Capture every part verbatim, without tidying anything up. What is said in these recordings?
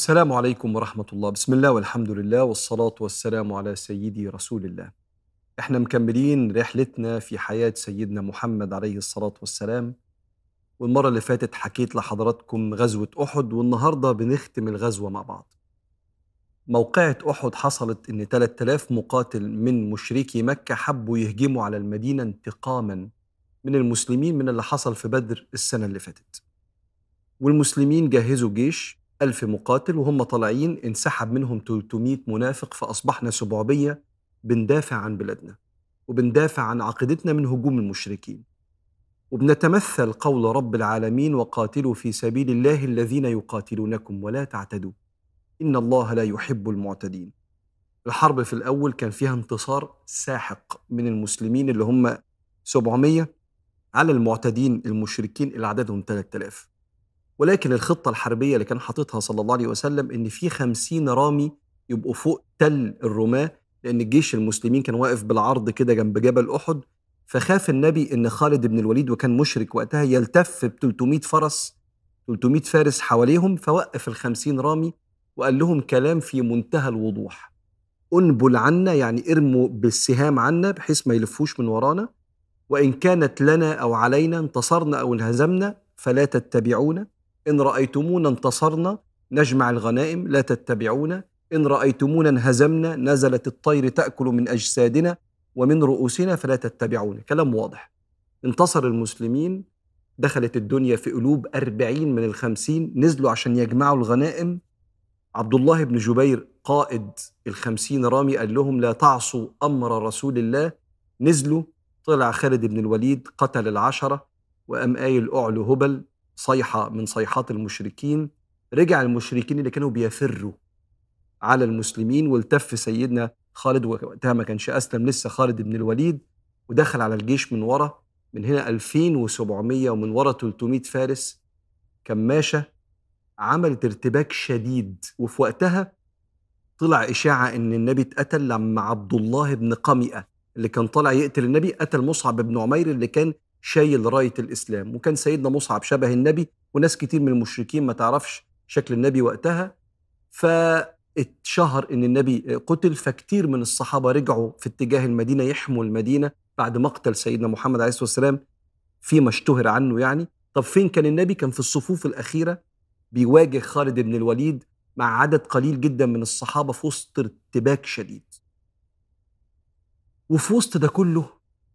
السلام عليكم ورحمة الله. بسم الله والحمد لله والصلاة والسلام على سيدي رسول الله. احنا مكملين رحلتنا في حياة سيدنا محمد عليه الصلاة والسلام، والمرة اللي فاتت حكيت لحضراتكم غزوة أحد، والنهاردة بنختم الغزوة مع بعض. موقعة أحد حصلت إن ثلاثة آلاف مقاتل من مشركي مكة حبوا يهجموا على المدينة انتقاما من المسلمين من اللي حصل في بدر السنة اللي فاتت. والمسلمين جهزوا جيش ألف مقاتل، وهم طالعين انسحب منهم ثلاثمائة منافق، فأصبحنا سبعمائة بندافع عن بلادنا وبندافع عن عقيدتنا من هجوم المشركين، وبنتمثل قول رب العالمين: وقاتلوا في سبيل الله الذين يقاتلونكم ولا تعتدوا إن الله لا يحب المعتدين. الحرب في الأول كان فيها انتصار ساحق من المسلمين اللي هم سبعمائة على المعتدين المشركين اللي عددهم ثلاثة آلاف. ولكن الخطة الحربية اللي كان حاططها صلى الله عليه وسلم إن في خمسين رامي يبقوا فوق تل الرماة، لأن الجيش المسلمين كان واقف بالعرض كده جنب جبل أحد، فخاف النبي إن خالد بن الوليد وكان مشرك وقتها يلتف ب ثلاثمائة فرس ثلاثمائة فارس حواليهم، فوقف الخمسين رامي وقال لهم كلام في منتهى الوضوح: انبل عنا، يعني ارموا بالسهام عنا بحيث ما يلفوش من ورانا، وإن كانت لنا أو علينا انتصرنا أو انهزمنا فلا تتبعونا، إن رأيتمونا انتصرنا نجمع الغنائم لا تتبعونا، إن رأيتمونا انهزمنا نزلت الطير تأكل من أجسادنا ومن رؤوسنا فلا تتبعونا. كلام واضح. انتصر المسلمين، دخلت الدنيا في قلوب أربعين من الخمسين نزلوا عشان يجمعوا الغنائم. عبد الله بن جبير قائد الخمسين رامي قال لهم: لا تعصوا أمر رسول الله. نزلوا، طلع خالد بن الوليد قتل العشرة، وأم قايل أعلو هبل، صيحة من صيحات المشركين. رجع المشركين اللي كانوا بيفروا على المسلمين، والتف سيدنا خالد، وقتها ما كانش أسلم لسه خالد بن الوليد، ودخل على الجيش من ورا، من هنا ألفين وسبعمائة ومن ورا ثلاثمائة فارس. كماشة عملت ارتباك شديد، وفي وقتها طلع إشاعة إن النبي اتقتل لما عبد الله بن قمئة اللي كان طالع يقتل النبي قتل مصعب بن عمير اللي كان شايل راية الإسلام، وكان سيدنا مصعب شبه النبي، وناس كتير من المشركين ما تعرفش شكل النبي وقتها، فاتشهر إن النبي قتل. فكتير من الصحابة رجعوا في اتجاه المدينة يحموا المدينة بعد مقتل سيدنا محمد عليه الصلاة والسلام فيما اشتهر عنه يعني. طب فين كان النبي؟ كان في الصفوف الأخيرة بيواجه خالد بن الوليد مع عدد قليل جدا من الصحابة في وسط ارتباك شديد. وفي وسط ده كله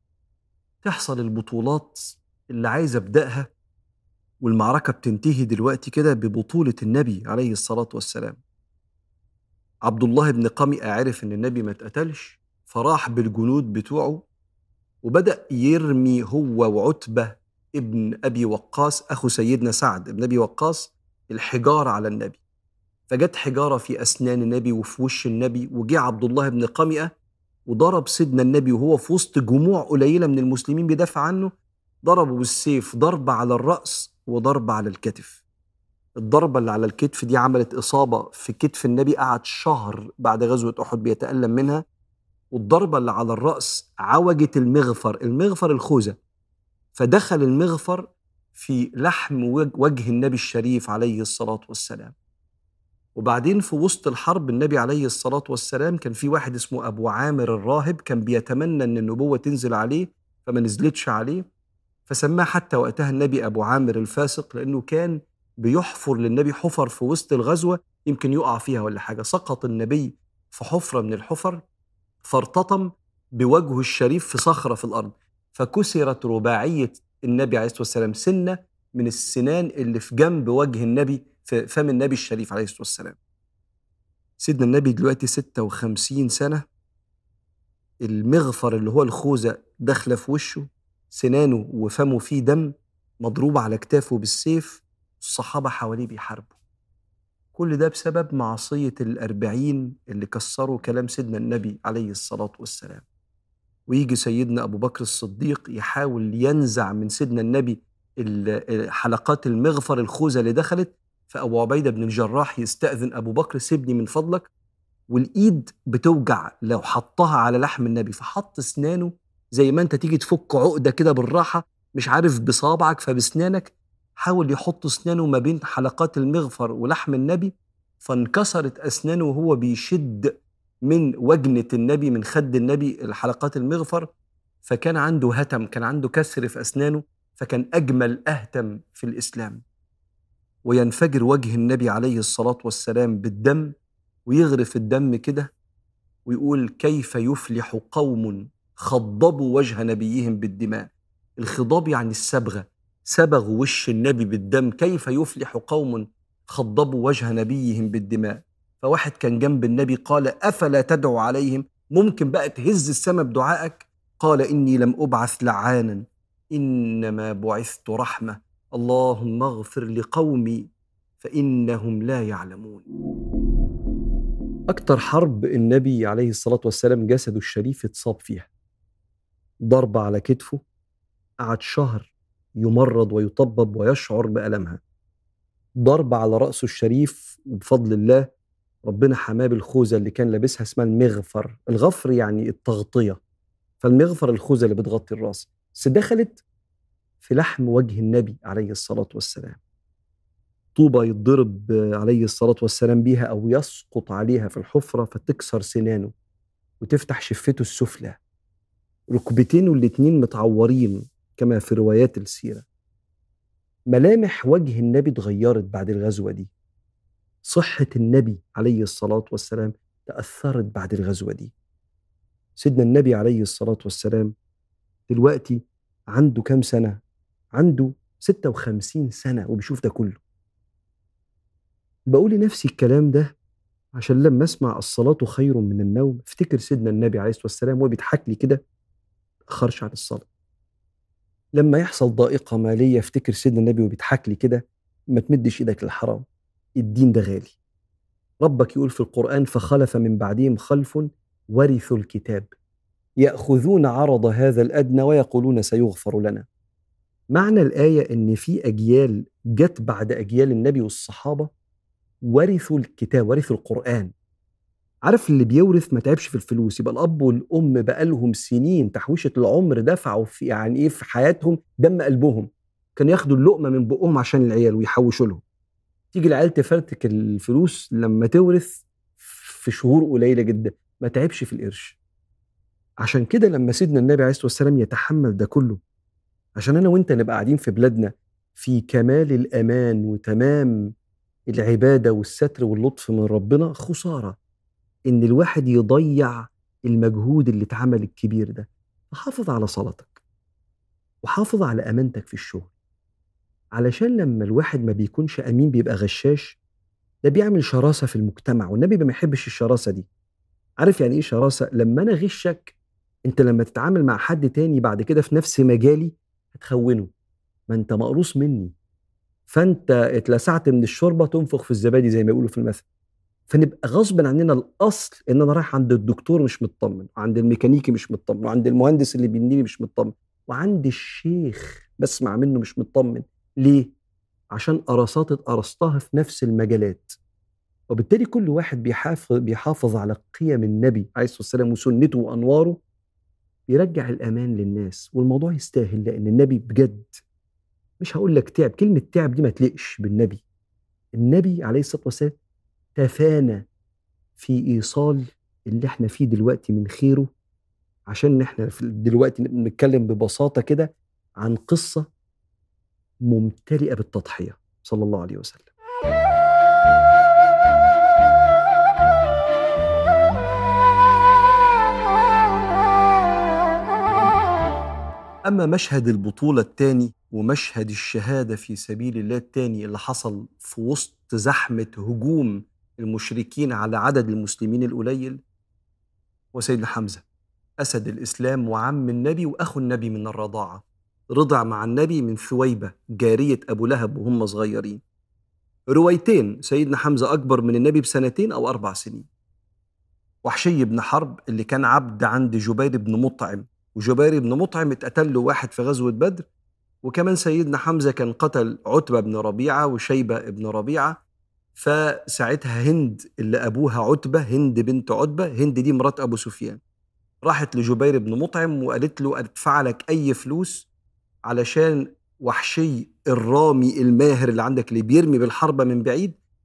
تحصل البطولات اللي عايز أبدأها، والمعركة بتنتهي دلوقتي كده ببطولة النبي عليه الصلاة والسلام. عبد الله بن قمئة عرف إن النبي ما اتقتلش، فراح بالجنود بتوعه وبدأ يرمي هو وعتبة ابن أبي وقاص أخو سيدنا سعد ابن أبي وقاص الحجارة على النبي. فجت حجارة في أسنان النبي وفي وش النبي، وجه عبد الله بن قمئة وضرب سيدنا النبي وهو في وسط جموع قليلة من المسلمين بيدافع عنه، ضربه بالسيف ضربة على الرأس وضربة على الكتف. الضربة اللي على الكتف دي عملت إصابة في كتف النبي، قعد شهر بعد غزوة أحد بيتألم منها. والضربة اللي على الرأس عوجت المغفر، المغفر الخوذة، فدخل المغفر في لحم وجه النبي الشريف عليه الصلاة والسلام. وبعدين في وسط الحرب النبي عليه الصلاة والسلام كان في واحد اسمه أبو عامر الراهب كان بيتمنى أن النبوة تنزل عليه فما نزلتش عليه، فسماه حتى وقتها النبي أبو عامر الفاسق، لأنه كان بيحفر للنبي حفر في وسط الغزوة يمكن يقع فيها ولا حاجة. سقط النبي في حفرة من الحفر فارتطم بوجهه الشريف في صخرة في الأرض، فكسرت رباعية النبي عليه الصلاة والسلام، سنة من السنان اللي في جنب وجه النبي في فم النبي الشريف عليه الصلاة والسلام. سيدنا النبي دلوقتي ستة وخمسين سنة، المغفر اللي هو الخوذة داخلة في وشه، سنانه وفمه فيه دم، مضروب على كتافه بالسيف، الصحابة حواليه بيحاربوا. كل ده بسبب معصية الأربعين اللي كسروا كلام سيدنا النبي عليه الصلاة والسلام. ويجي سيدنا أبو بكر الصديق يحاول ينزع من سيدنا النبي حلقات المغفر الخوذة اللي دخلت، فأبو عبيدة بن الجراح يستأذن أبو بكر: سيبني من فضلك، والإيد بتوجع لو حطها على لحم النبي، فحط سنانه زي ما أنت تيجي تفك عقدة كده بالراحة، مش عارف بصابعك فبسنانك، حاول يحط سنانه ما بين حلقات المغفر ولحم النبي فانكسرت أسنانه وهو بيشد من وجنة النبي، من خد النبي الحلقات المغفر، فكان عنده هتم، كان عنده كسر في أسنانه، فكان أجمل أهتم في الإسلام. وينفجر وجه النبي عليه الصلاة والسلام بالدم، ويغرف الدم كده ويقول: كيف يفلح قوم خضبوا وجه نبيهم بالدماء. الخضاب يعني الصبغة، صبغوا وش النبي بالدم. كيف يفلح قوم خضبوا وجه نبيهم بالدماء. فواحد كان جنب النبي قال: أفلا تدعو عليهم؟ ممكن بقى تهز السماء بدعائك؟ قال: إني لم أبعث لعانا، إنما بعثت رحمة، اللهم اغفر لقومي فإنهم لا يعلمون. أكتر حرب النبي عليه الصلاة والسلام جسده الشريف اتصاب فيها، ضربة على كتفه، قعد شهر يمرض ويطبب ويشعر بألمها. ضربة على رأسه الشريف، وبفضل الله ربنا حماه بالخوذة اللي كان لابسها، اسمها المغفر. الغفر يعني التغطية، فالمغفر الخوذة اللي بتغطي الرأس، بس دخلت في لحم وجه النبي عليه الصلاة والسلام. طوبة يتضرب عليه الصلاة والسلام بيها أو يسقط عليها في الحفرة فتكسر سنانه وتفتح شفته السفلى، ركبتينه الاتنين متعورين كما في روايات السيرة. ملامح وجه النبي اتغيرت بعد الغزوة دي. صحة النبي عليه الصلاة والسلام تأثرت بعد الغزوة دي. سيدنا النبي عليه الصلاة والسلام دلوقتي عنده كام سنة؟ عنده ستة وخمسين سنة وبيشوف ده كله. بقول لنفسي الكلام ده عشان لما اسمع الصلاة خير من النوم افتكر سيدنا النبي عليه الصلاة والسلام وهو بيضحك لي كده أخرش عن الصلاة. لما يحصل ضائقة مالية افتكر سيدنا النبي وبيضحك لي كده: ما تمدش ايدك للحرام، الدين ده غالي. ربك يقول في القرآن: فخلف من بعدهم خلف ورثوا الكتاب يأخذون عرض هذا الأدنى ويقولون سيغفر لنا. معنى الآية إن في أجيال جت بعد أجيال النبي والصحابة ورثوا الكتاب، ورثوا القرآن. عارف اللي بيورث ما تعبش في الفلوس، يبقى الأب والأم بقالهم سنين تحويشة العمر دفعوا في يعني إيه في حياتهم دم قلبهم، كان ياخدوا اللقمة من بقهم عشان العيال ويحوشوا لهم. تيجي العيال تفرتك الفلوس لما تورث في شهور قليلة جدا، ما تعبش في القرش. عشان كده لما سيدنا النبي عليه الصلاة والسلام يتحمل ده كله عشان أنا وإنت نبقى قاعدين في بلادنا في كمال الأمان وتمام العبادة والستر واللطف من ربنا، خسارة إن الواحد يضيع المجهود اللي اتعمل الكبير ده. فحافظ على صلاتك وحافظ على أمانتك في الشغل، علشان لما الواحد ما بيكونش أمين بيبقى غشاش، ده بيعمل شراسة في المجتمع، والنبي ما يحبش الشراسة دي. عارف يعني إيه شراسة؟ لما أنا غشك أنت لما تتعامل مع حد تاني بعد كده في نفس مجالي هتخونه، ما أنت مقروص مني، فأنت اتلسعت من الشوربة تنفخ في الزبادي زي ما يقولوا في المثل. فنبقى غصب عننا الأصل إن أنا رايح عند الدكتور مش مطمن، وعند الميكانيكي مش مطمن، وعند المهندس اللي بيبنيني مش مطمن، وعند الشيخ بسمع منه مش مطمن. ليه؟ عشان قرصات اتقرصتها في نفس المجالات. وبالتالي كل واحد بيحافظ بيحافظ على قيم النبي عليه الصلاة والسلام وسنته وأنواره، بيرجع الأمان للناس، والموضوع يستاهل، لأن النبي بجد مش هقول لك تعب، كلمة تعب دي ما تلقش بالنبي. النبي عليه الصلاة والسلام تفانى في إيصال اللي احنا فيه دلوقتي من خيره، عشان احنا دلوقتي نتكلم ببساطة كده عن قصة ممتلئة بالتضحية صلى الله عليه وسلم. أما مشهد البطولة التاني ومشهد الشهادة في سبيل الله التاني اللي حصل في وسط زحمة هجوم المشركين على عدد المسلمين القليل، وسيدنا حمزة أسد الإسلام وعم النبي وأخو النبي من الرضاعة، رضع مع النبي من ثويبة جارية أبو لهب وهم صغيرين. روايتين: سيدنا حمزة أكبر من النبي بسنتين أو أربع سنين. وحشي بن حرب اللي كان عبد عند جبير بن مطعم، وجبير بن مطعم اتقتل له واحد في غزوة بدر. وكمان سيدنا حمزة كان قتل عتبة بن ربيعة وشيبة بن ربيعة. فساعتها هند اللي أبوها عتبة، هند بنت عتبة، هند دي مرات أبو سفيان، راحت لجبير بن مطعم وقالت له أدفع لك أي فلوس علشان وحشي الرامي الماهر اللي عندك اللي بيرمي بالحربة من بعيد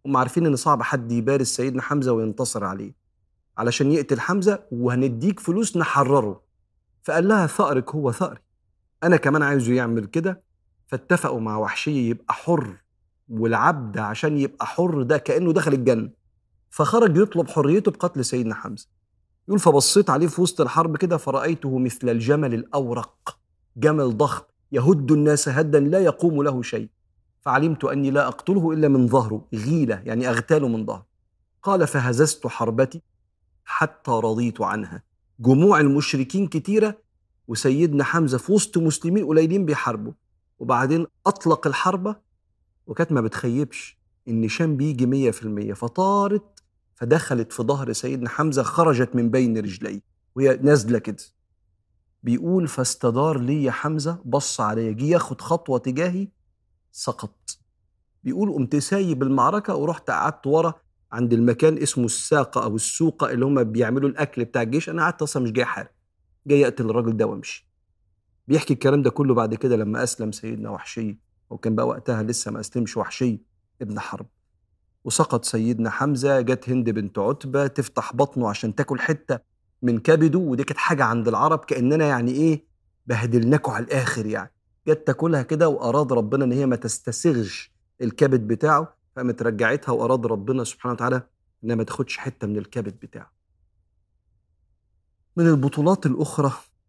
هم عارفين إن صعب حد يبارز سيدنا حمزة وينتصر عليه، علشان يقتل حمزة وهنديك فلوس نحرره. فقال لها ثأرك هو ثأري، أنا كمان عايزه يعمل كده. فاتفقوا مع وحشي يبقى حر، والعبد عشان يبقى حر ده كأنه دخل الجنة. فخرج يطلب حريته بقتل سيدنا حمزة. يقول فبصيت عليه في وسط الحرب كده فرأيته مثل الجمل الأورق، جمل ضخم يهد الناس هدا لا يقوم له شيء. فعلمت أني لا أقتله إلا من ظهره، غيلة يعني أغتاله من ظهره. قال فهززت حربتي حتى رضيت عنها. جموع المشركين كتيرة وسيدنا حمزة في وسط مسلمين قليلين بيحاربوا، وبعدين أطلق الحربة وكانت ما بتخيبش. النشان بيجي مية في المية، فطارت فدخلت في ظهر سيدنا حمزة، خرجت من بين رجليه وهي نازلة كده. بيقول فاستدار لي يا حمزة، بص عليا، جه ياخد خطوة تجاهي سقط. بيقول قمت سايب المعركة ورحت قعدت ورا عند المكان اسمه الساقة أو السوقة اللي هم بيعملوا الأكل بتاع الجيش. أنا قعدت أصلا مش جاي حارب، جاي أقتل الراجل ده وأمشي. بيحكي الكلام ده كله بعد كده لما أسلم سيدنا وحشي، وكان بقى وقتها لسه ما أسلمش وحشي ابن حرب. وسقط سيدنا حمزة. جت هند بنت عتبة تفتح بطنه عشان تاكل حتة من كبده، ودي كانت حاجة عند العرب كأننا يعني إيه بهدلناكوا على الآخر يعني. جت تاكلها كده وأراد ربنا إن هي ما تستسغش الكبد بتاعه، فقامت رجعتها، وأراد ربنا سبحانه وتعالى إنها ما تاخدش حتة من الكبد بتاعه. من البطولات الأخرى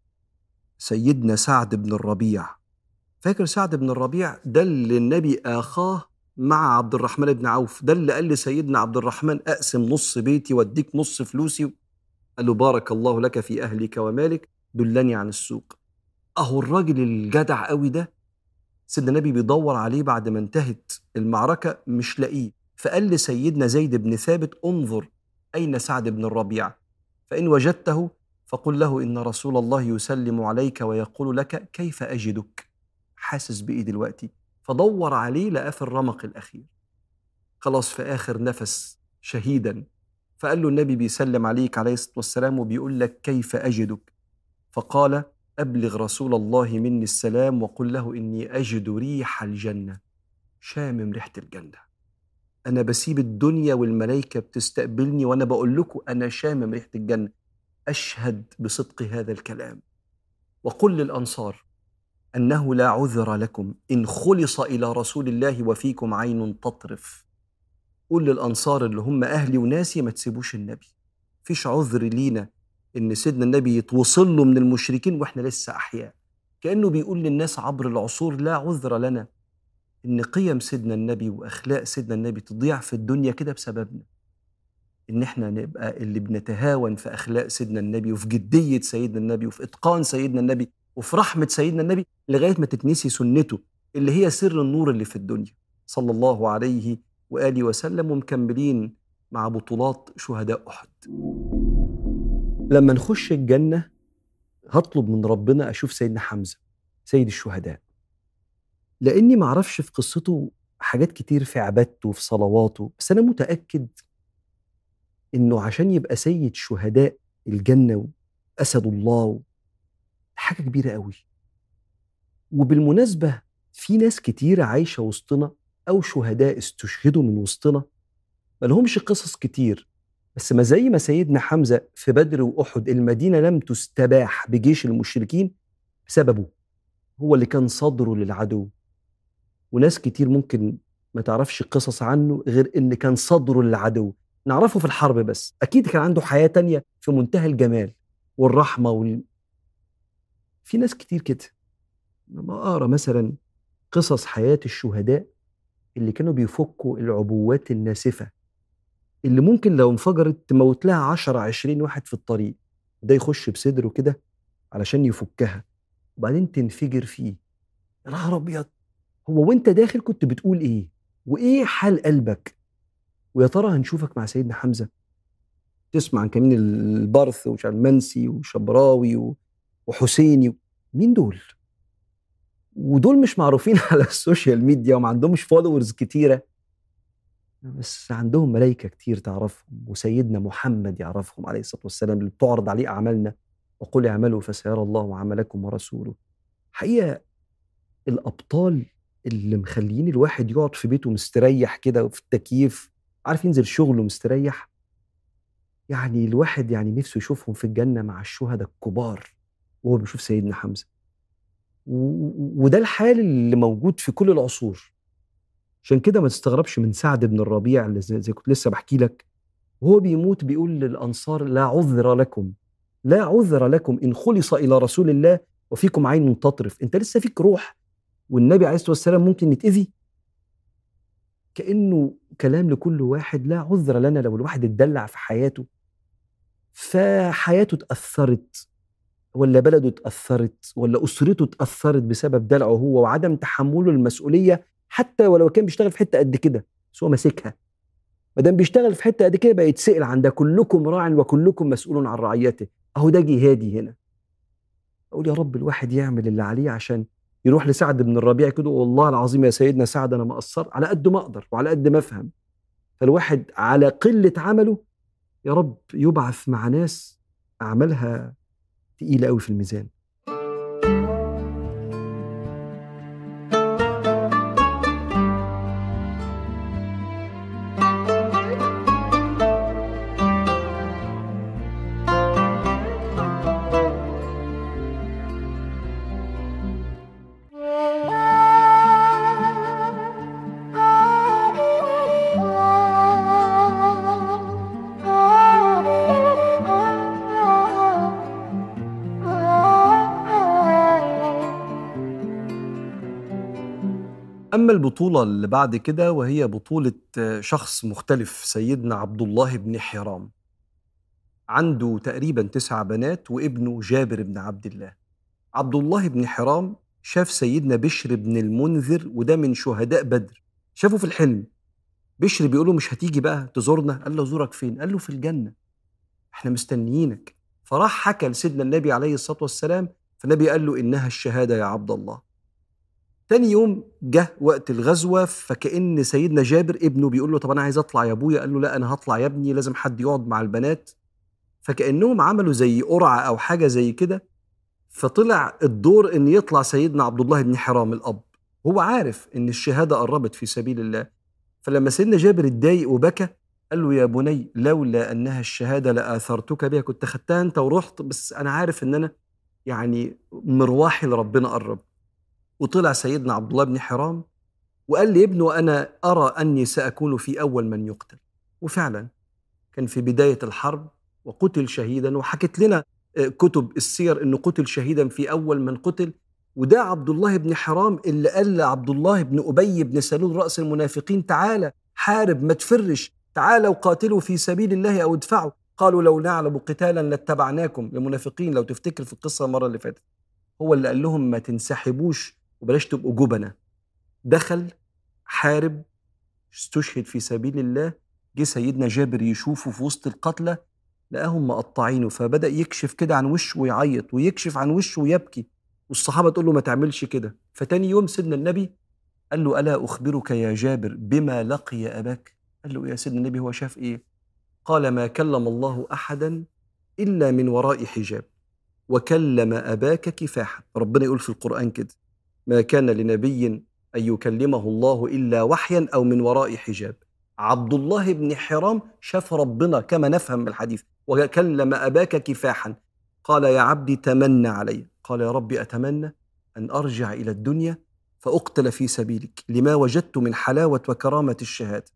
سيدنا سعد بن الربيع. فاكر سعد بن الربيع ده اللي النبي آخاه مع عبد الرحمن بن عوف، ده اللي قال لسيدنا عبد الرحمن أقسم نص بيتي واديك نص فلوسي. قال له بارك الله لك في أهلك ومالك، دلني عن السوق. أهو الراجل الجدع قوي ده سيدنا النبي بيدور عليه بعد ما انتهت المعركة مش لاقيه، فقال لسيدنا زيد بن ثابت انظر أين سعد بن الربيع، فإن وجدته فقل له إن رسول الله يسلم عليك ويقول لك كيف أجدك، حاسس بإيه دلوقتي. فدور عليه لقاه في الرمق الأخير، خلاص في آخر نفس شهيدا. فقال له النبي بيسلم عليك عليه الصلاة والسلام وبيقول لك كيف أجدك. فقال أبلغ رسول الله مني السلام وقل له إني أجد ريح الجنة، شامم ريحة الجنة. أنا بسيب الدنيا والملائكة بتستقبلني وأنا بقول لكم أنا شامم ريحة الجنة، أشهد بصدق هذا الكلام. وقل للأنصار أنه لا عذر لكم إن خلص إلى رسول الله وفيكم عين تطرف. قل للأنصار اللي هم أهلي وناسي ما تسيبوش النبي، فيش عذر لينا إن سيدنا النبي يتوصل له من المشركين وإحنا لسه أحياء. كأنه بيقول للناس عبر العصور لا عذر لنا إن قيم سيدنا النبي وأخلاق سيدنا النبي تضيع في الدنيا كده بسببنا، إن إحنا نبقى اللي بنتهاون في أخلاق سيدنا النبي وفي جدية سيدنا النبي وفي إتقان سيدنا النبي وفي رحمة سيدنا النبي لغاية ما تتنسي سنته اللي هي سر النور اللي في الدنيا صلى الله عليه وآله وسلم. ومكملين مع بطولات شهداء أحد. لما نخش الجنة هطلب من ربنا أشوف سيدنا حمزة سيد الشهداء، لأني معرفش في قصته حاجات كتير في عبادته وفي صلواته، بس أنا متأكد إنه عشان يبقى سيد شهداء الجنة وأسد الله حاجة كبيرة قوي. وبالمناسبة في ناس كتيرة عايشة وسطنا أو شهداء استشهدوا من وسطنا ملهمش قصص كتير، بس ما زي ما سيدنا حمزة في بدر وأحد المدينة لم تستباح بجيش المشركين بسببه، هو اللي كان صدره للعدو. وناس كتير ممكن ما تعرفش قصص عنه غير إن كان صدره للعدو، نعرفه في الحرب بس أكيد كان عنده حياة تانية في منتهى الجمال والرحمة وال... في ناس كتير كده. لما أقرأ مثلا قصص حياة الشهداء اللي كانوا بيفكوا العبوات الناسفة اللي ممكن لو انفجرت تموت لها عشرة عشرين واحد في الطريق، ده يخش بصدره كده علشان يفكها وبعدين تنفجر فيه. يا نهار أبيض، هو وانت داخل كنت بتقول ايه وايه حال قلبك؟ ويا ترى هنشوفك مع سيدنا حمزة؟ تسمع عن كمين البرث وشلمنسي وشبراوي وحسيني، مين دول؟ ودول مش معروفين على السوشيال ميديا وما عندهمش فولورز كتيرة، بس عندهم ملايكة كتير تعرفهم، وسيدنا محمد يعرفهم عليه الصلاة والسلام اللي بتعرض عليه أعمالنا وقل اعملوا فسيرى الله عملكم ورسوله. حقيقة الأبطال اللي مخليين الواحد يقعد في بيته مستريح كده وفي التكييف عارف ينزل شغله مستريح. يعني الواحد يعني نفسه يشوفهم في الجنة مع الشهداء الكبار وهو بيشوف سيدنا حمزة. و- وده الحال اللي موجود في كل العصور. عشان كده ما تستغربش من سعد بن الربيع اللي زي, زي كنت لسه بحكي لك، وهو بيموت بيقول للأنصار: لا عذر لكم، لا عذر لكم إن خلص إلى رسول الله وفيكم عين تطرف. أنت لسه فيك روح والنبي عليه الصلاة والسلام ممكن يتأذي. كأنه كلام لكل واحد: لا عذر لنا لو الواحد اتدلع في حياته فحياته اتأثرت، ولا بلده اتأثرت، ولا أسرته اتأثرت بسبب دلعه هو وعدم تحمله المسؤولية، حتى ولو كان بيشتغل في حتة قد كده بس هو ماسكها. ما دام بيشتغل في حتة قد كده بقى يتسأل عن ده: كلكم راع وكلكم مسؤول عن رعيته. أهو ده جهادي هنا. أقول يا رب الواحد يعمل اللي عليه عشان يروح لسعد بن الربيع كده: والله العظيم يا سيدنا سعد أنا ما قصرت على قد ما أقدر وعلى قد ما أفهم. فالواحد على قلة عمله يا رب يبعث مع ناس أعمالها تقيلة قوي في الميزان. أما البطولة اللي بعد كده وهي بطولة آه، شخص مختلف، سيدنا عبد الله بن حرام. عنده تقريبا تسع بنات وابنه جابر بن عبد الله. عبد الله بن حرام شاف سيدنا بشر بن المنذر، وده من شهداء بدر، شافه في الحلم. بشر بيقوله: مش هتيجي بقى تزورنا؟ قال له: زورك فين؟ قال له: في الجنة، احنا مستنيينك. فراح حكى لسيدنا النبي عليه الصلاة والسلام، فالنبي قال له: إنها الشهادة يا عبد الله. تاني يوم جه وقت الغزوة، فكأن سيدنا جابر ابنه بيقول له: طب أنا عايز أطلع يا أبويا. قال له: لا أنا هطلع يا ابني، لازم حد يقعد مع البنات. فكأنهم عملوا زي قرعة أو حاجة زي كده، فطلع الدور إن يطلع سيدنا عبد الله بن حرام الأب. هو عارف إن الشهادة قربت في سبيل الله. فلما سيدنا جابر اتضايق وبكى قال له: يا بني لولا أنها الشهادة لآثرتك بها، كنت خدتها أنت ورحت، بس أنا عارف إن أنا يعني مروحي لربنا قرب. وطلع سيدنا عبد الله بن حرام وقال لابنه: أنا أرى أني سأكون في أول من يقتل. وفعلا كان في بداية الحرب وقتل شهيدا، وحكت لنا آه، كتب السير أنه قتل شهيدا في أول من قتل. وده عبد الله بن حرام اللي قال لعبد الله بن أبي بن سلول رأس المنافقين: تعالى حارب ما تفرش، تعالى وقاتلوا في سبيل الله أو ادفعوا. قالوا: لو نعلم قتالا لاتبعناكم. المنافقين لو تفتكر في القصة المرة اللي فاتت، هو اللي قال لهم: ما تنسحبوش وبلاش تبقوا جبنة. دخل حارب، استشهد في سبيل الله. جه سيدنا جابر يشوفه في وسط القتلى، لقاهم مقطعينه، فبدأ يكشف كده عن وشه ويعيط، ويكشف عن وشه ويبكي. والصحابة تقول له: ما تعملش كده. فتاني يوم سيدنا النبي قال له: ألا أخبرك يا جابر بما لقي أباك؟ قال له: يا سيدنا النبي هو شاف إيه؟ قال: ما كلم الله أحدا إلا من وراء حجاب، وكلم أباك كفاحا. ربنا يقول في القرآن كده: ما كان لنبي أن يكلمه الله إلا وحيا أو من وراء حجاب. عبد الله بن حرام شاف ربنا كما نفهم من الحديث. وكلم أباك كفاحا. قال: يا عبدي تمنى علي. قال: يا ربي أتمنى أن أرجع إلى الدنيا فأقتل في سبيلك، لما وجدت من حلاوة وكرامة الشهادة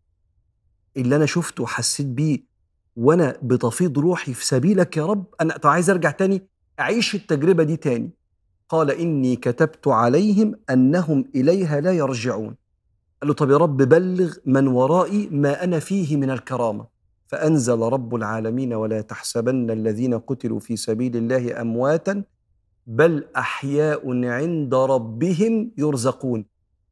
اللي أنا شفته وحسيت بيه وأنا بتفيض روحي في سبيلك يا رب. أنا طب عايز أرجع تاني أعيش التجربة دي تاني. قال: إني كتبت عليهم أنهم إليها لا يرجعون. قال له: طب يا رب بلغ من ورائي ما أنا فيه من الكرامة. فأنزل رب العالمين: ولا تحسبن الذين قتلوا في سبيل الله أمواتا بل أحياء عند ربهم يرزقون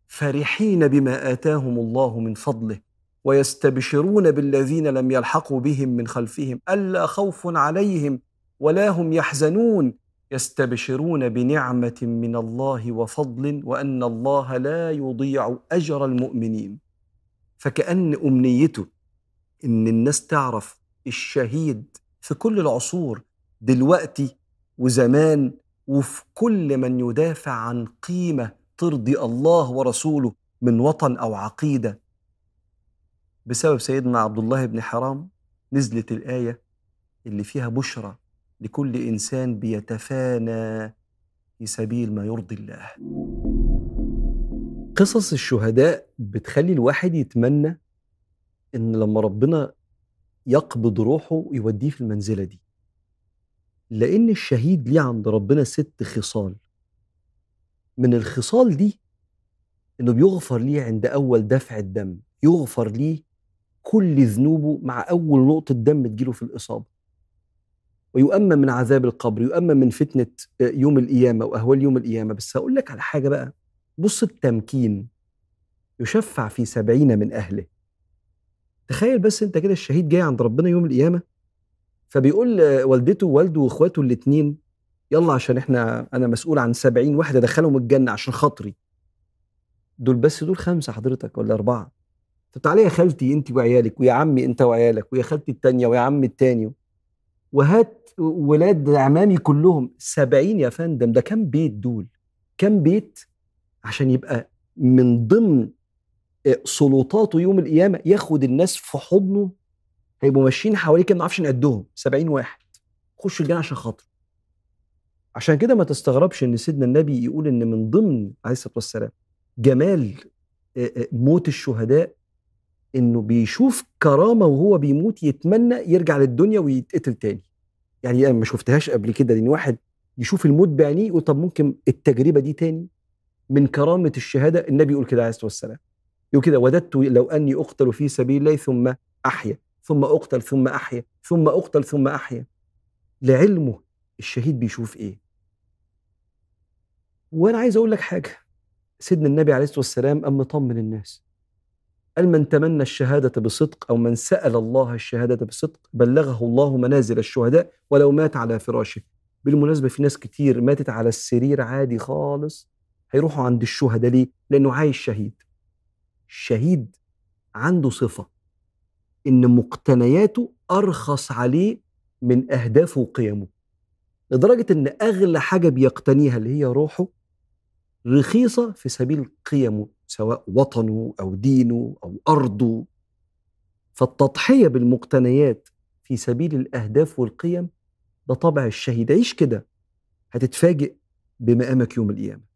فرحين بما آتاهم الله من فضله ويستبشرون بالذين لم يلحقوا بهم من خلفهم ألا خوف عليهم ولا هم يحزنون يستبشرون بنعمة من الله وفضل وأن الله لا يضيع أجر المؤمنين. فكأن أمنيته إن الناس تعرف الشهيد في كل العصور، دلوقتي وزمان، وفي كل من يدافع عن قيمة ترضي الله ورسوله من وطن أو عقيدة، بسبب سيدنا عبد الله بن حرام نزلت الآية اللي فيها بشرى لكل إنسان بيتفانى في سبيل ما يرضي الله. قصص الشهداء بتخلي الواحد يتمنى إن لما ربنا يقبض روحه يوديه في المنزلة دي، لأن الشهيد ليه عند ربنا ست خصال. من الخصال دي إنه بيغفر ليه عند أول دفع الدم، يغفر ليه كل ذنوبه مع أول نقطة دم تجيله في الإصابة، ويؤمن من عذاب القبر، يؤمن من فتنة يوم القيامة وأهوال يوم القيامة. بس هقول لك على حاجة بقى، بص التمكين، يشفع في سبعين من أهله. تخيل بس أنت كده الشهيد جاي عند ربنا يوم القيامة، فبيقول والدته ووالده وإخواته الاتنين يلا عشان إحنا أنا مسؤول عن سبعين واحد أدخلهم الجنة عشان خاطري. دول بس دول خمسة حضرتك ولا أربعة. طب تعالي يا خالتي أنت وعيالك، ويا عمي أنت وعيالك، ويا خالتي التانية، ويا عمي التاني، وهات ولاد عمامي كلهم. سبعين يا فندم، ده كم بيت دول؟ كم بيت عشان يبقى من ضمن سلطاته يوم القيامة ياخد الناس في حضنه، هيبقوا ماشيين حواليه كده ما نعرفش نقدهم. سبعين واحد خش الجنة عشان خاطره. عشان كده ما تستغربش ان سيدنا النبي يقول ان من ضمن عليه الصلاة والسلام جمال موت الشهداء انه بيشوف كرامة وهو بيموت، يتمنى يرجع للدنيا ويتقتل تاني. يعني انا ما شفتهاش قبل كده، لان واحد يشوف الموت بعينيه يقول طب ممكن التجربة دي تاني. من كرامة الشهادة النبي يقول كده عليه الصلاة والسلام، يقول كده وددت لو أني أقتل في سبيل الله ثم أحيا، ثم أقتل ثم أحيا، ثم أقتل ثم أحيا. لعلمه الشهيد بيشوف إيه. وأنا عايز أقول لك حاجة، سيدنا النبي عليه الصلاة والسلام أم مطمن الناس، قال من تمنى الشهادة بصدق أو من سأل الله الشهادة بصدق بلغه الله منازل الشهداء ولو مات على فراشه. بالمناسبة في ناس كتير ماتت على السرير عادي خالص، هيروحوا عند الشهداء ليه؟ لأنه عايش شهيد. الشهيد عنده صفة إن مقتنياته أرخص عليه من أهدافه وقيمه، لدرجة إن أغلى حاجة بيقتنيها اللي هي روحه رخيصة في سبيل قيمه، سواء وطنه أو دينه أو أرضه. فالتضحية بالمقتنيات في سبيل الأهداف والقيم ده طبع الشهيد. عيش كده هتتفاجئ بمقامك يوم القيامة.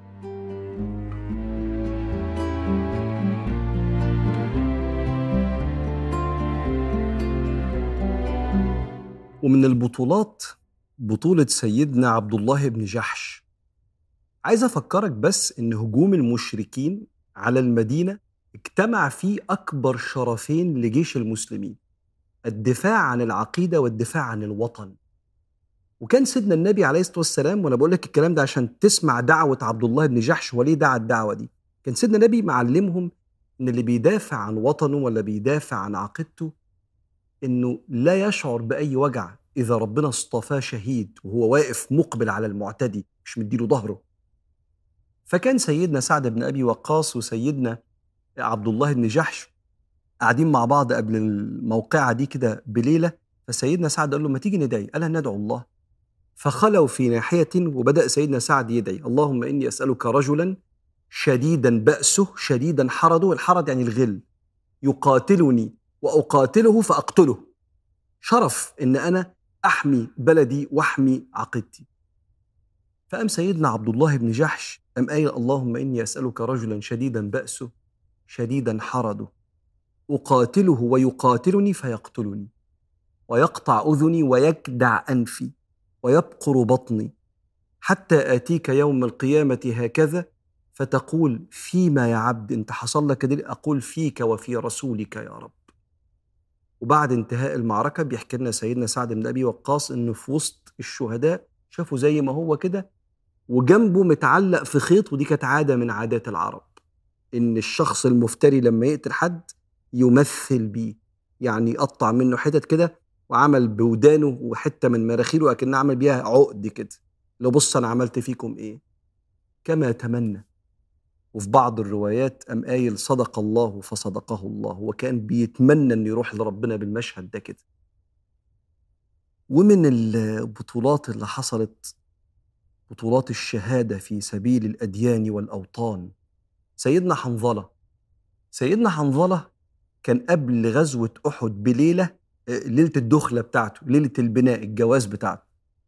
ومن البطولات بطولة سيدنا عبد الله بن جحش. عايز أفكرك بس إن هجوم المشركين على المدينة اجتمع فيه أكبر شرفين لجيش المسلمين، الدفاع عن العقيدة والدفاع عن الوطن. وكان سيدنا النبي عليه الصلاة والسلام، وأنا بقول لك الكلام ده عشان تسمع دعوة عبد الله بن جحش وليه دعا الدعوة دي. كان سيدنا النبي معلمهم إن اللي بيدافع عن وطنه ولا بيدافع عن عقيدته إنه لا يشعر بأي وجع إذا ربنا اصطفاه شهيد وهو واقف مقبل على المعتدي مش مديله ظهره. فكان سيدنا سعد بن أبي وقاص وسيدنا عبد الله بن جحش قاعدين مع بعض قبل الموقعة دي كده بليلة، فسيدنا سعد قال له ما تيجي ندعي، قال ندعو الله. فخلوا في ناحية وبدأ سيدنا سعد يدعي اللهم إني أسألك رجلا شديدا بأسه شديدا حرده، الحرد يعني الغل، يقاتلني وأقاتله فأقتله، شرف إن أنا أحمي بلدي وأحمي عقيدتي. فقام سيدنا عبد الله بن جحش قام قايل اللهم إني أسألك رجلا شديدا بأسه شديدا حرده، أقاتله ويقاتلني فيقتلني، ويقطع أذني ويكدع أنفي ويبقر بطني، حتى آتيك يوم القيامة هكذا فتقول فيما يا عبد أنت حصل لك دي؟ أقول فيك وفي رسولك يا رب. وبعد انتهاء المعركة بيحكي لنا سيدنا سعد بن أبي وقاص إنه في وسط الشهداء شافوا زي ما هو كده وجنبه متعلق في خيط، ودي كانت عادة من عادات العرب إن الشخص المفتري لما يقتل حد يمثل بيه، يعني يقطع منه حتت كده وعمل بودانه وحتة من مراخيله أكنه عمل بيها عقد كده، لو بص أنا عملت فيكم إيه كما تمنى. وفي بعض الروايات قام قايل صدق الله فصدقه الله، وكان بيتمنى انه يروح لربنا بالمشهد ده كده. ومن البطولات اللي حصلت بطولات الشهادة في سبيل الأديان والأوطان، سيدنا حنظلة. سيدنا حنظلة كان قبل غزوة أحد بليلة، ليلة الدخلة بتاعته، ليلة البناء، الجواز بتاعته.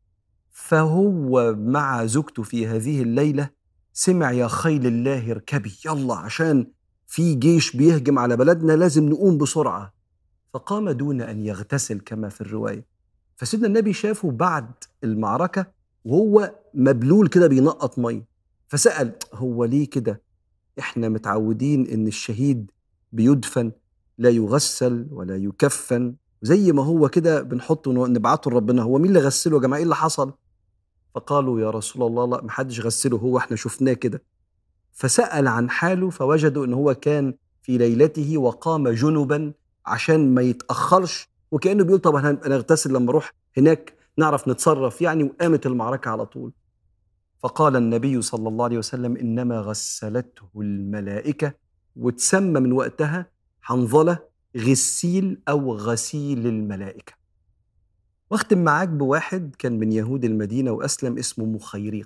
فهو مع زوجته في هذه الليلة سمع يا خيل الله اركبي، يلا عشان في جيش بيهجم على بلدنا لازم نقوم بسرعة. فقام دون أن يغتسل كما في الرواية. فسيدنا النبي شافه بعد المعركة وهو مبلول كده بينقط مي، فسأل هو ليه كده؟ احنا متعودين ان الشهيد بيدفن لا يغسل ولا يكفن، زي ما هو كده بنحطه نبعته لربنا، هو مين اللي غسله يا جماعة؟ ايه اللي حصل؟ فقالوا يا رسول الله لا محدش غسله، هو احنا شفناه كده. فسأل عن حاله فوجدوا ان هو كان في ليلته وقام جنبا عشان ما يتأخرش، وكأنه بيقول طب انا اغتسل لما اروح هناك نعرف نتصرف يعني، وقامت المعركة على طول. فقال النبي صلى الله عليه وسلم إنما غسلته الملائكة، وتسمى من وقتها حنظلة غسيل أو غسيل الملائكة. واختم معاك بواحد كان من يهود المدينة وأسلم، اسمه مخيريق.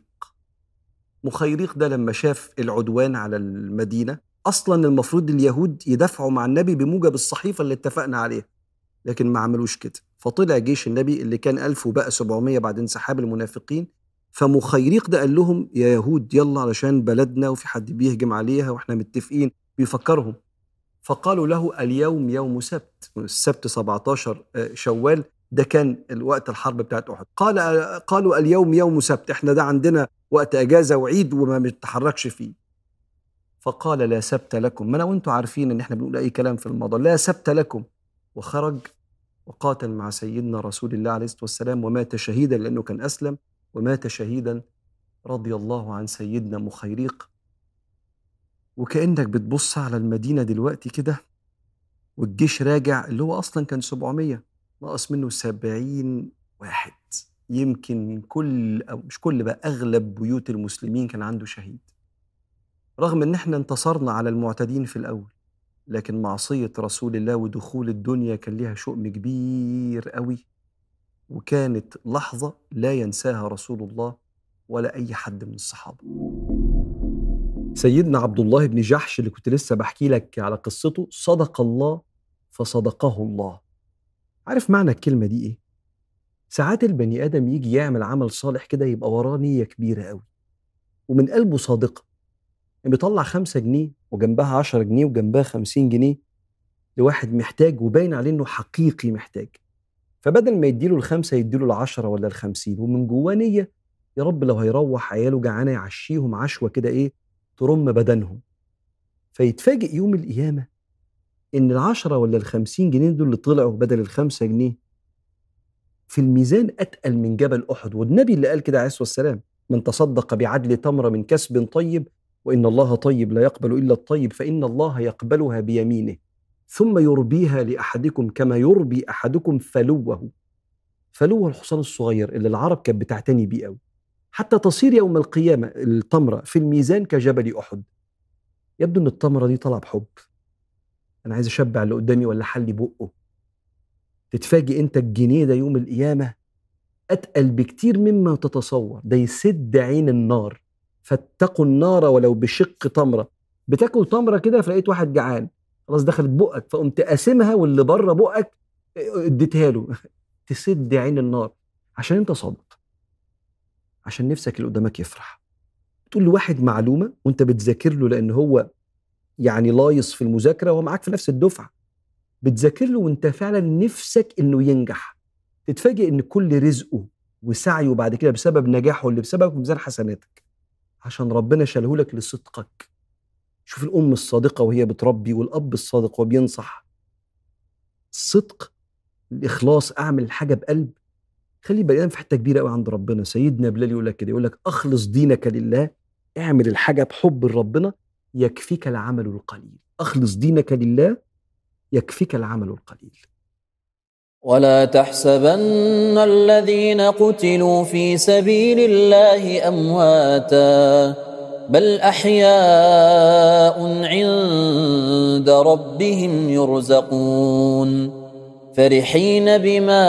مخيريق ده لما شاف العدوان على المدينة، أصلا المفروض اليهود يدافعوا مع النبي بموجب الصحيفة اللي اتفقنا عليها، لكن ما عملوش كده. فطلع جيش النبي اللي كان ألف وبقى سبعمية بعد انسحاب المنافقين. فمخيريق ده قال لهم يا يهود يلا علشان بلدنا وفي حد بيهجم عليها واحنا متفقين، بيفكرهم. فقالوا له اليوم يوم سبت، السبت سبعتاشر شوال، ده كان الوقت الحرب بتاعت أحد. قال قالوا اليوم يوم سبت، احنا ده عندنا وقت أجازة وعيد وما بنتحركش فيه. فقال لا سبت لكم، ما انا وانتوا عارفين ان احنا بنقول اي كلام في الموضوع، لا سبت لكم. وخرج وقاتل مع سيدنا رسول الله عليه الصلاة والسلام ومات شهيدا، لأنه كان أسلم ومات شهيدا رضي الله عن سيدنا مخيريق. وكأنك بتبص على المدينة دلوقتي كده والجيش راجع، اللي هو أصلا كان سبعمية، ناقص منه سبعين واحد. يمكن كل أو مش كل بقى أغلب بيوت المسلمين كان عنده شهيد. رغم ان احنا انتصرنا على المعتدين في الأول، لكن معصية رسول الله ودخول الدنيا كان لها شؤم كبير قوي، وكانت لحظة لا ينساها رسول الله ولا أي حد من الصحابة. سيدنا عبد الله بن جحش اللي كنت لسه بحكي لك على قصته، صدق الله فصدقه الله. عارف معنى الكلمة دي إيه؟ ساعات البني آدم يجي يعمل عمل صالح كده يبقى وراه نية كبيرة قوي ومن قلبه صادقة، يعني بيطلع خمسة جنيه وجنبها عشرة جنيه وجنبها خمسين جنيه لواحد محتاج وباين عليه إنه حقيقي محتاج، فبدل ما يديله الخمسة يديله العشرة ولا الخمسين، ومن جواه نية يا رب لو هيروح عياله جعانة يعشيهم عشوة كده إيه ترم بدنهم. فيتفاجئ يوم القيامة إن العشرة ولا الخمسين جنيه دول اللي طلعوا بدل الخمسة جنيه في الميزان أتقل من جبل أحد. والنبي اللي قال كده عليه الصلاة والسلام من تصدق بعدل تمرة من كسب طيب وإن الله طيب لا يقبل إلا الطيب فإن الله يقبلها بيمينه ثم يربيها لأحدكم كما يربي أحدكم فلوه. فلوه الحصان الصغير اللي العرب كانت بتعتني بيه قوي، حتى تصير يوم القيامة التمرة في الميزان كجبل أحد. يبدو أن التمرة دي طلع بحب، أنا عايز أشبع اللي قدامي ولا حلي بقه. تتفاجئ أنت الجنيه ده يوم القيامة أتقل بكتير مما تتصور، ده يسد عين النار. فاتقوا النار ولو بشق تمرة. بتاكل تمرة كده فلقيت واحد جعان خلاص دخلت بقك فقمت قاسمها واللي بره بقك اديتها له تسد عين النار عشان انت صادق، عشان نفسك اللي قدامك يفرح. تقول لواحد معلومة وانت بتذاكر له لأن هو يعني لايص في المذاكرة وهو معاك في نفس الدفعة، بتذاكر له وانت فعلا نفسك انه ينجح، تتفاجئ ان كل رزقه وسعيه بعد كده بسبب نجاحه اللي بسبب ميزان حسناتك عشان ربنا شاله لك لصدقك. شوف الأم الصادقة وهي بتربي والأب الصادق وهو بينصح. الصدق، الإخلاص، أعمل الحاجة بقلب، خلي بقى في حتة كبيرة قوي عند ربنا. سيدنا بلال يقول لك كده، يقول لك أخلص دينك لله، اعمل الحاجة بحب ربنا يكفيك العمل القليل. أخلص دينك لله يكفيك العمل القليل. ولا تحسبن الذين قتلوا في سبيل الله أمواتا بل أحياء عند ربهم يرزقون فرحين بما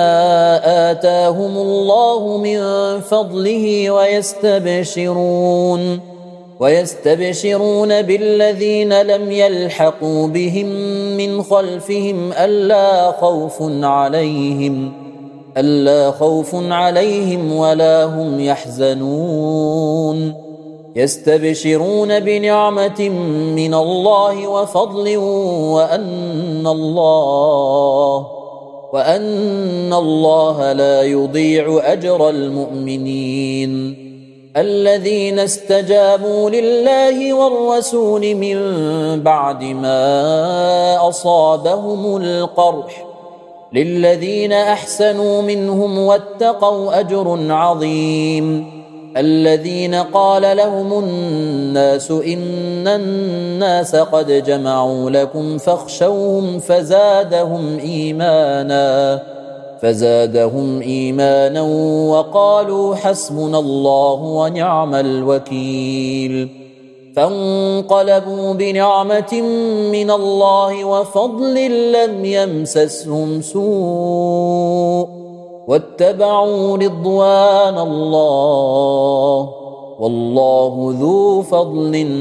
آتاهم الله من فضله ويستبشرون ويستبشرون بالذين لم يلحقوا بهم من خلفهم ألا خوف عليهم ألا خوف عليهم ولا هم يحزنون يستبشرون بنعمة من الله وفضل وأن الله وأن الله لا يضيع أجر المؤمنين الذين استجابوا لله والرسول من بعد ما أصابهم القرح للذين أحسنوا منهم واتقوا أجر عظيم الذين قال لهم الناس إن الناس قد جمعوا لكم فاخشوهم فزادهم إيمانا فزادهم إيمانا وقالوا حسبنا الله ونعم الوكيل فانقلبوا بنعمة من الله وفضل لم يمسسهم سوء واتبعوا رضوان الله والله ذو فضل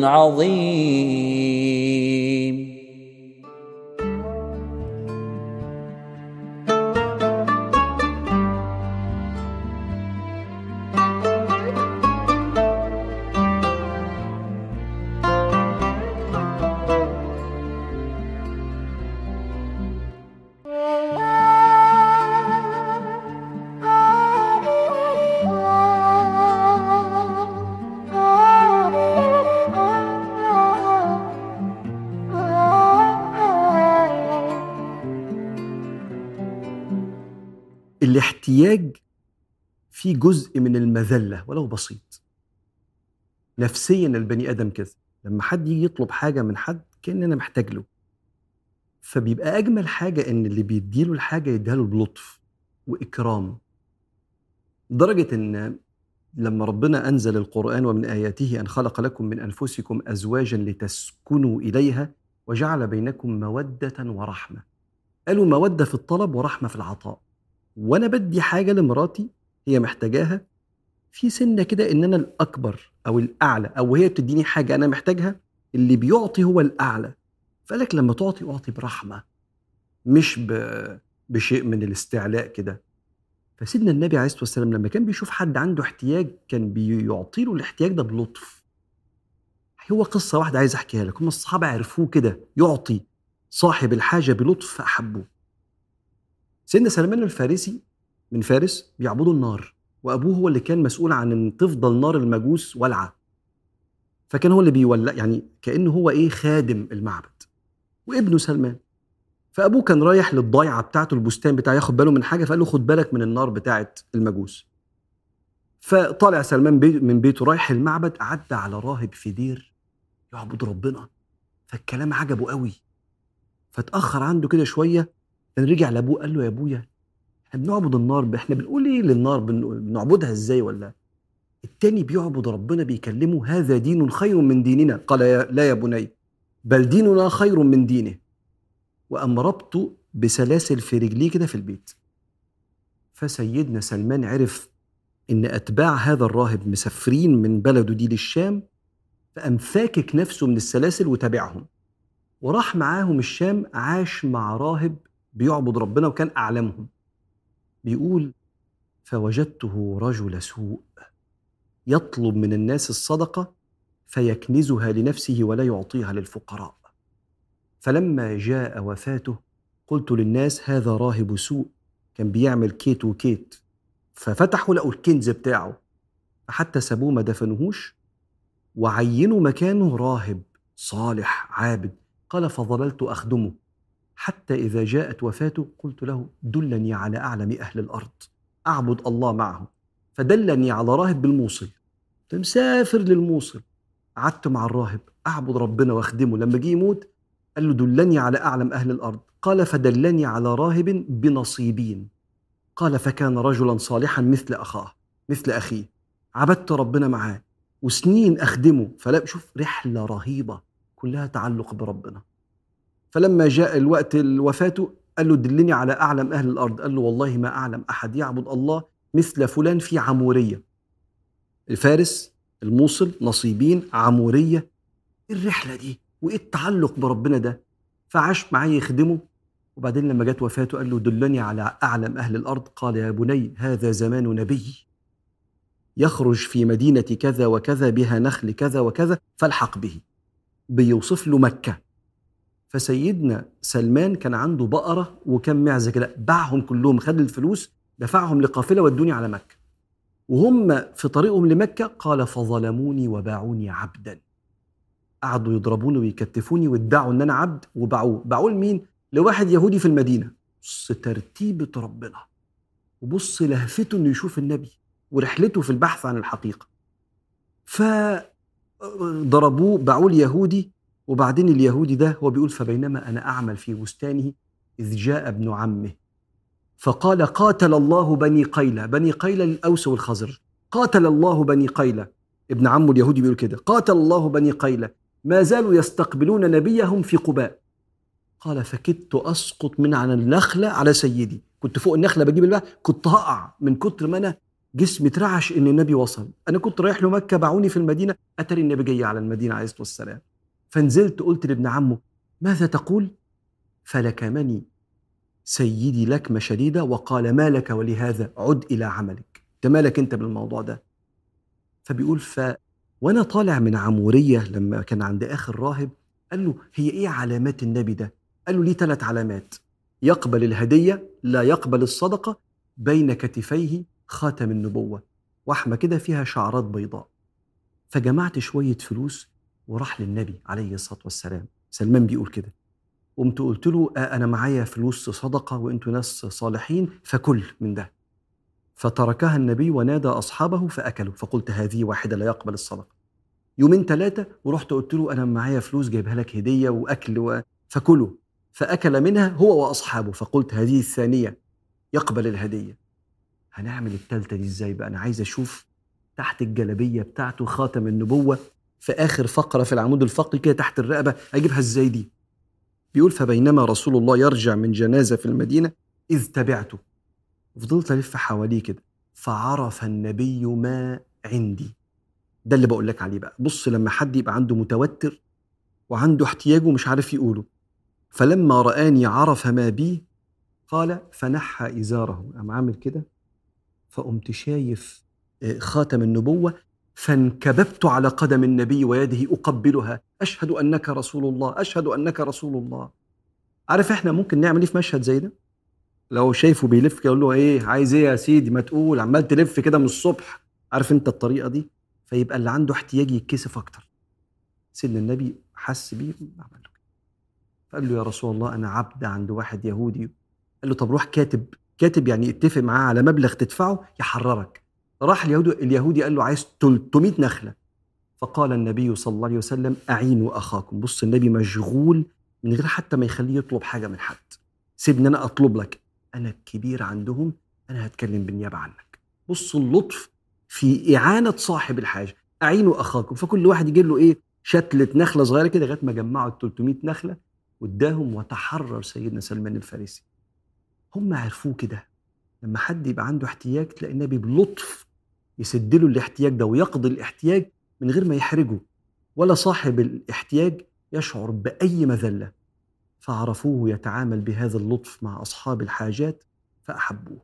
عظيم. الاحتياج فيه جزء من المذلة ولو بسيط. نفسيا البني آدم كده، لما حد يجي يطلب حاجة من حد كأن أنا محتاج له، فبيبقى أجمل حاجة إن اللي بيديله الحاجة يديها له بلطف وإكرام، لدرجة إن لما ربنا أنزل القرآن ومن آياته أن خلق لكم من أنفسكم أزواجا لتسكنوا إليها وجعل بينكم مودة ورحمة، قالوا مودة في الطلب ورحمة في العطاء. وانا بدي حاجه لمراتي هي محتاجاها في سنه كده ان انا الاكبر او الاعلى، او هي بتديني حاجه انا محتاجها، اللي بيعطي هو الاعلى. فلك لما تعطي اعطي برحمه مش ب... بشيء من الاستعلاء كده. فسيدنا النبي عليه الصلاه والسلام لما كان بيشوف حد عنده احتياج كان بيعطي له الاحتياج ده بلطف. هو قصه واحده عايز احكيها لكم، الصحابه عرفوه كده يعطي صاحب الحاجه بلطف فاحبوه. سيدنا سلمان الفارسي من فارس بيعبدوا النار، وابوه هو اللي كان مسؤول عن ان تفضل نار المجوس ولعه، فكان هو اللي بيولع، يعني كانه هو ايه خادم المعبد، وابنه سلمان. فابوه كان رايح للضيعه بتاعته البستان بتاعه ياخد باله من حاجه، فقال له خد بالك من النار بتاعه المجوس. فطالع سلمان بي من بيته رايح المعبد، عدى على راهب في دير يعبد ربنا، فالكلام عجبه قوي، فاتاخر عنده كده شويه. كان رجع لابوه قال له يا ابويا احنا بنعبد النار، احنا بنقول ايه للنار، بنعبدها ازاي؟ ولا التاني بيعبد ربنا بيكلمه هذا دين خير من ديننا. قال يا لا يا بني بل ديننا خير من دينه، وأم ربطه بسلاسل في رجليه كده في البيت. فسيدنا سلمان عرف ان اتباع هذا الراهب مسافرين من بلده دي للشام، فقام فاكك نفسه من السلاسل وتابعهم وراح معاهم الشام، عاش مع راهب بيعبد ربنا وكان أعلمهم. بيقول فوجدته رجل سوء يطلب من الناس الصدقة فيكنزها لنفسه ولا يعطيها للفقراء. فلما جاء وفاته قلت للناس هذا راهب سوء كان بيعمل كيت وكيت، ففتحوا لقوا الكنز بتاعه، فحتى سابوه ما دفنوهوش وعينوا مكانه راهب صالح عابد. قال فظللت أخدمه حتى إذا جاءت وفاته قلت له دلني على أعلم أهل الأرض أعبد الله معه، فدلني على راهب بالموصل. مسافر للموصل، قعدت مع الراهب أعبد ربنا وأخدمه. لما جه يموت قال له دلني على أعلم أهل الأرض، قال فدلني على راهب بنصيبين. قال فكان رجلا صالحا مثل أخاه مثل أخيه، عبدت ربنا معاه وسنين أخدمه. فلا شوف رحلة رهيبة كلها تعلق بربنا. فلما جاء الوقت الوفاة قال له دلني على أعلم أهل الأرض، قال له والله ما أعلم أحد يعبد الله مثل فلان في عمورية. الفارس الموصل، نصيبين، عمورية. الرحلة دي وإيه التعلق بربنا ده؟ فعاش معاه يخدمه، وبعدين لما جت وفاته قال له دلني على أعلم أهل الأرض. قال يا بني هذا زمان نبي يخرج في مدينة كذا وكذا بها نخل كذا وكذا فالحق به. بيوصف له مكة. فسيدنا سلمان كان عنده بقرة وكم معزة كده، باعهم كلهم، خد الفلوس دفعهم لقافلة ودوني على مكة. وهم في طريقهم لمكة قال فظلموني وباعوني عبدا. قعدوا يضربوني ويكتفوني وادعوا ان انا عبد وباعوه. باعوه لمين؟ لواحد يهودي في المدينة. بص ترتيبة ربنا، وبص لهفته انه يشوف النبي ورحلته في البحث عن الحقيقة. فضربوه باعوه اليهودي. وبعدين اليهودي ده هو بيقول فبينما أنا أعمل في بستانه إذ جاء ابن عمه فقال قاتل الله بني قيلة. بني قيلة الأوس والخزرج. قاتل الله بني قيلة. ابن عمه اليهودي بيقول كده قاتل الله بني قيلة ما زالوا يستقبلون نبيهم في قباء. قال فكدت أسقط من عن النخلة على سيدي. كنت فوق النخلة بجيب الماء، كنت هقع من كتر ما أنا جسمي اترعش إن النبي وصل. أنا كنت رايح له مكة، باعوني في المدينة، أتري النبي جاي على المدينة عليه الصلاة والسلام. فنزلت قلت لابن عمه ماذا تقول؟ فلكمني سيدي لكمة شديدة وقال ما لك ولهذا؟ عد إلى عملك، أنت مالك أنت بالموضوع ده؟ فبيقول ف وأنا طالع من عمورية لما كان عند آخر راهب قال له هي إيه علامات النبي ده؟ قال له ليه ثلاث علامات: يقبل الهدية، لا يقبل الصدقة، بين كتفيه خاتم النبوة، وحمة كده فيها شعرات بيضاء. فجمعت شوية فلوس وراح للنبي عليه الصلاة والسلام. سلمان بيقول كده، قمت قلت له أنا معايا فلوس صدقة وإنتوا ناس صالحين فكل من ده. فتركها النبي ونادى أصحابه فأكلوا. فقلت هذه واحدة لا يقبل الصدقة. يومين ثلاثة ورحت قلت له أنا معايا فلوس جايبها لك هدية وأكل و... فكلوا. فأكل منها هو وأصحابه. فقلت هذه الثانية يقبل الهدية. هنعمل الثالثة دي إزاي بقى؟ أنا عايز أشوف تحت الجلبية بتاعته خاتم النبوة في آخر فقرة في العمود الفقري كده تحت الرقبة، أجيبها إزاي دي؟ بيقول فبينما رسول الله يرجع من جنازة في المدينة إذ تبعته. فضلت ألف حواليه كده فعرف النبي ما عندي. ده اللي بقول لك عليه بقى. بص لما حد يبقى عنده متوتر وعنده احتياجه مش عارف يقوله. فلما رآني عرف ما بي قال فنحى إزاره. قام عامل كده فقمت شايف خاتم النبوة فانكببت على قدم النبي ويده أقبلها أشهد أنك رسول الله أشهد أنك رسول الله. عارف إحنا ممكن نعمل إيه في مشهد زي ده؟ لو شايفه بيلف كده يقول له إيه عايز إيه يا سيدي ما تقول، عمال تلف كده من الصبح. عارف أنت الطريقة دي؟ فيبقى اللي عنده احتياج يتكسف أكتر. سيدنا النبي حس بيه عمل له كده فقال له يا رسول الله أنا عبد عند واحد يهودي. قال له طب روح كاتب. كاتب يعني اتفق معاه على مبلغ تدفعه يحررك. راح اليهودي, اليهودي قال له عايز ثلاثمائة نخلة. فقال النبي صلى الله عليه وسلم أعينوا أخاكم. بص النبي مشغول من غير حتى ما يخليه يطلب حاجة من حد. سيبني أنا أطلب لك، أنا الكبير عندهم، أنا هتكلم بالنيابة عنك. بص اللطف في إعانة صاحب الحاجة. أعينوا أخاكم. فكل واحد يجيب له إيه شتلة نخلة صغيرة كده لغاية ما جمعوا ثلاثمائة نخلة واداهم وتحرر سيدنا سلمان الفارسي. هم عرفوه كده لما حد يبقى عنده احتياج تلاقي النبي بلطف يسد له الاحتياج ده ويقضي الاحتياج من غير ما يحرجه ولا صاحب الاحتياج يشعر بأي مذلة. فعرفوه يتعامل بهذا اللطف مع أصحاب الحاجات فأحبوه.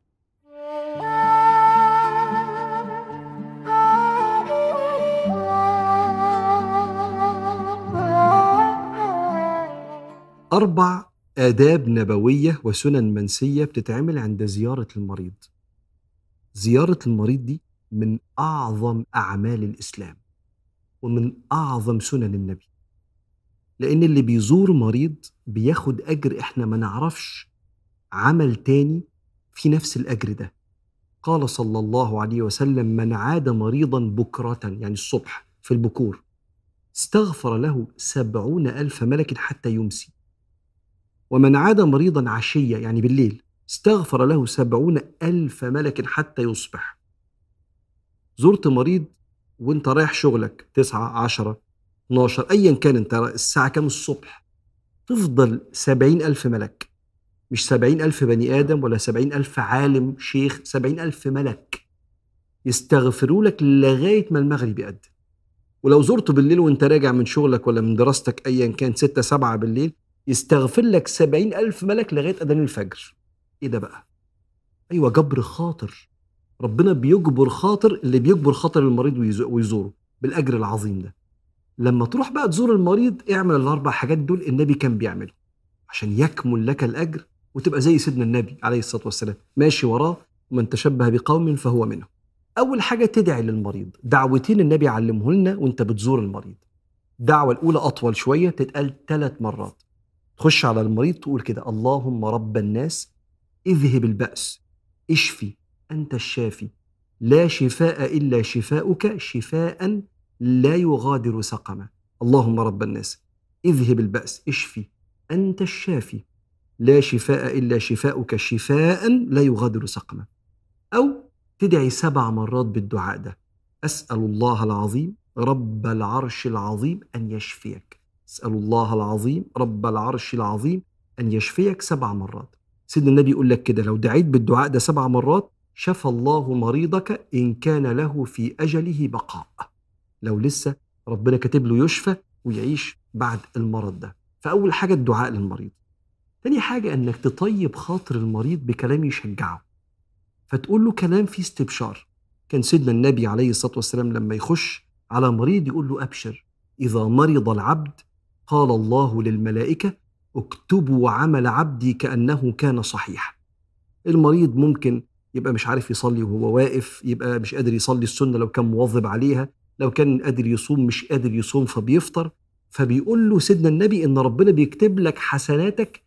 أربع آداب نبوية وسنن منسية بتتعمل عند زيارة المريض. زيارة المريض دي من أعظم أعمال الإسلام ومن أعظم سنن النبي، لأن اللي بيزور مريض بياخد أجر إحنا ما نعرفش عمل تاني في نفس الأجر ده. قال صلى الله عليه وسلم من عاد مريضا بكرة يعني الصبح في البكور استغفر له سبعون ألف ملك حتى يمسي، ومن عاد مريضا عشية يعني بالليل استغفر له سبعون ألف ملك حتى يصبح. زرت مريض وانت رايح شغلك تسعة عشرة اثناشر أيا كان انت الساعة كام الصبح، تفضل سبعين ألف ملك، مش سبعين ألف بني آدم ولا سبعين ألف عالم شيخ، سبعين ألف ملك يستغفروا لك لغاية ما المغرب يأذن. ولو زرته بالليل وانت راجع من شغلك ولا من دراستك أيا كان ستة سبعة بالليل، يستغفر لك سبعين ألف ملك لغاية أذان الفجر. إيه ده بقى؟ أيوة، جبر خاطر. ربنا بيجبر خاطر اللي بيجبر خاطر المريض ويزوره بالأجر العظيم ده. لما تروح بقى تزور المريض، اعمل الأربع حاجات دول النبي كان بيعمله عشان يكمل لك الأجر وتبقى زي سيدنا النبي عليه الصلاة والسلام ماشي وراه، ومن تشبه بقوم فهو منهم. أول حاجة تدعي للمريض، دعوتين النبي علمه لنا وانت بتزور المريض. الدعوة الأولى أطول شوية، تتقال ثلاث مرات. تخش على المريض تقول كده: اللهم رب الناس اذهب البأس، اشفي أنت الشافي، لا شفاء إلا شفاؤك، شفاء لا يغادر سقما. اللهم رب الناس اذهب البأس، اشفي أنت الشافي، لا شفاء إلا شفاؤك، شفاء لا يغادر سقما. أو تدعي سبع مرات بالدعاء ده: أسأل الله العظيم رب العرش العظيم أن يشفيك. أسأل الله العظيم رب العرش العظيم أن يشفيك سبع مرات. سيدنا النبي يقول لك كده: لو دعيت بالدعاء ده سبع مرات شفى الله مريضك إن كان له في أجله بقاء. لو لسه ربنا كاتب له يشفى ويعيش بعد المرض ده. فأول حاجة الدعاء للمريض. تاني حاجة أنك تطيب خاطر المريض بكلام يشجعه، فتقول له كلام فيه استبشار. كان سيدنا النبي عليه الصلاة والسلام لما يخش على مريض يقول له: أبشر، إذا مرض العبد قال الله للملائكة اكتبوا عمل عبدي كأنه كان صحيح. المريض ممكن يبقى مش عارف يصلي وهو واقف، يبقى مش قادر يصلي السنة لو كان مواظب عليها، لو كان قادر يصوم مش قادر يصوم فبيفطر. فبيقول له سيدنا النبي إن ربنا بيكتب لك حسناتك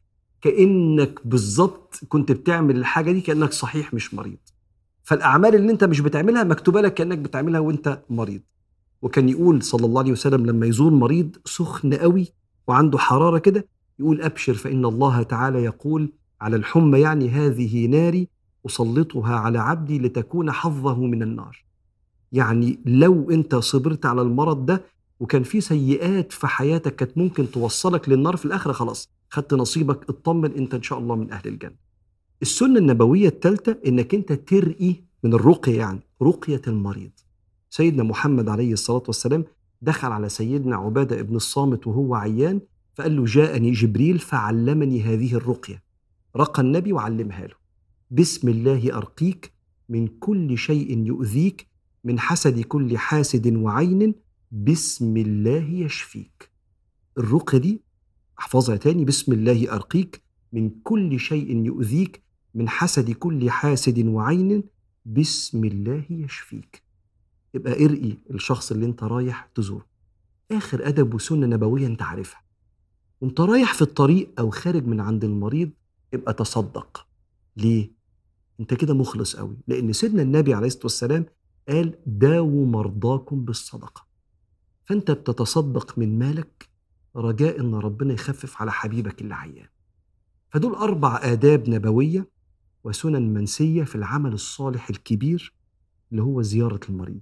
كأنك بالظبط كنت بتعمل الحاجة دي كأنك صحيح مش مريض. فالأعمال اللي انت مش بتعملها مكتوبة لك كأنك بتعملها وانت مريض. وكان يقول صلى الله عليه وسلم لما يزور مريض سخن قوي وعنده حرارة كده، يقول: أبشر فإن الله تعالى يقول على الحمى، يعني هذه ناري أسلطها على عبدي لتكون حظه من النار. يعني لو انت صبرت على المرض ده وكان في سيئات في حياتك كانت ممكن توصلك للنار في الآخرة، خلاص خدت نصيبك، اطمن انت ان شاء الله من أهل الجنة. السنة النبوية الثالثة انك انت ترقي من الرقية، يعني رقية المريض. سيدنا محمد عليه الصلاة والسلام دخل على سيدنا عبادة ابن الصامت وهو عيان، فقال له: جاءني جبريل فعلمني هذه الرقية. رقى النبي وعلمها له: بسم الله أرقيك من كل شيء يؤذيك، من حسد كل حاسد وعين، بسم الله يشفيك. الرقية دي احفظها تاني: بسم الله أرقيك من كل شيء يؤذيك، من حسد كل حاسد وعين، بسم الله يشفيك. يبقى ارقي الشخص اللي انت رايح تزوره. آخر أدب وسنة نبوية انت عارفها: وانت رايح في الطريق أو خارج من عند المريض ابقى تصدق. ليه؟ انت كده مخلص قوي، لأن سيدنا النبي عليه الصلاة والسلام قال: داووا مرضاكم بالصدقة. فانت بتتصدق من مالك رجاء ان ربنا يخفف على حبيبك اللي عيان. فدول أربع آداب نبوية وسنن منسية في العمل الصالح الكبير اللي هو زيارة المريض.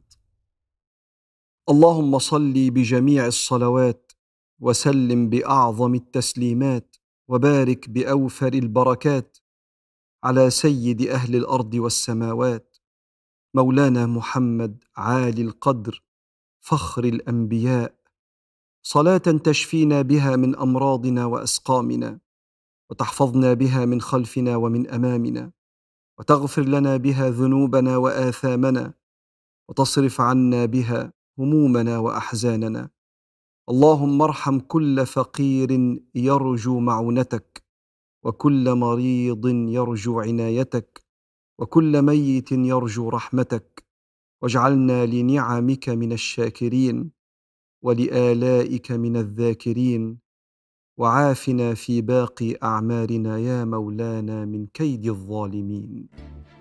اللهم صل بجميع الصلوات وسلم بأعظم التسليمات وبارك بأوفر البركات على سيد أهل الأرض والسماوات، مولانا محمد عالي القدر فخر الأنبياء، صلاة تشفينا بها من أمراضنا وأسقامنا، وتحفظنا بها من خلفنا ومن أمامنا، وتغفر لنا بها ذنوبنا وآثامنا، وتصرف عنا بها همومنا وأحزاننا. اللهم ارحم كل فقير يرجو معونتك، وكل مريض يرجو عنايتك، وكل ميت يرجو رحمتك، واجعلنا لنعمك من الشاكرين ولآلائك من الذاكرين، وعافنا في باقي أعمارنا يا مولانا من كيد الظالمين.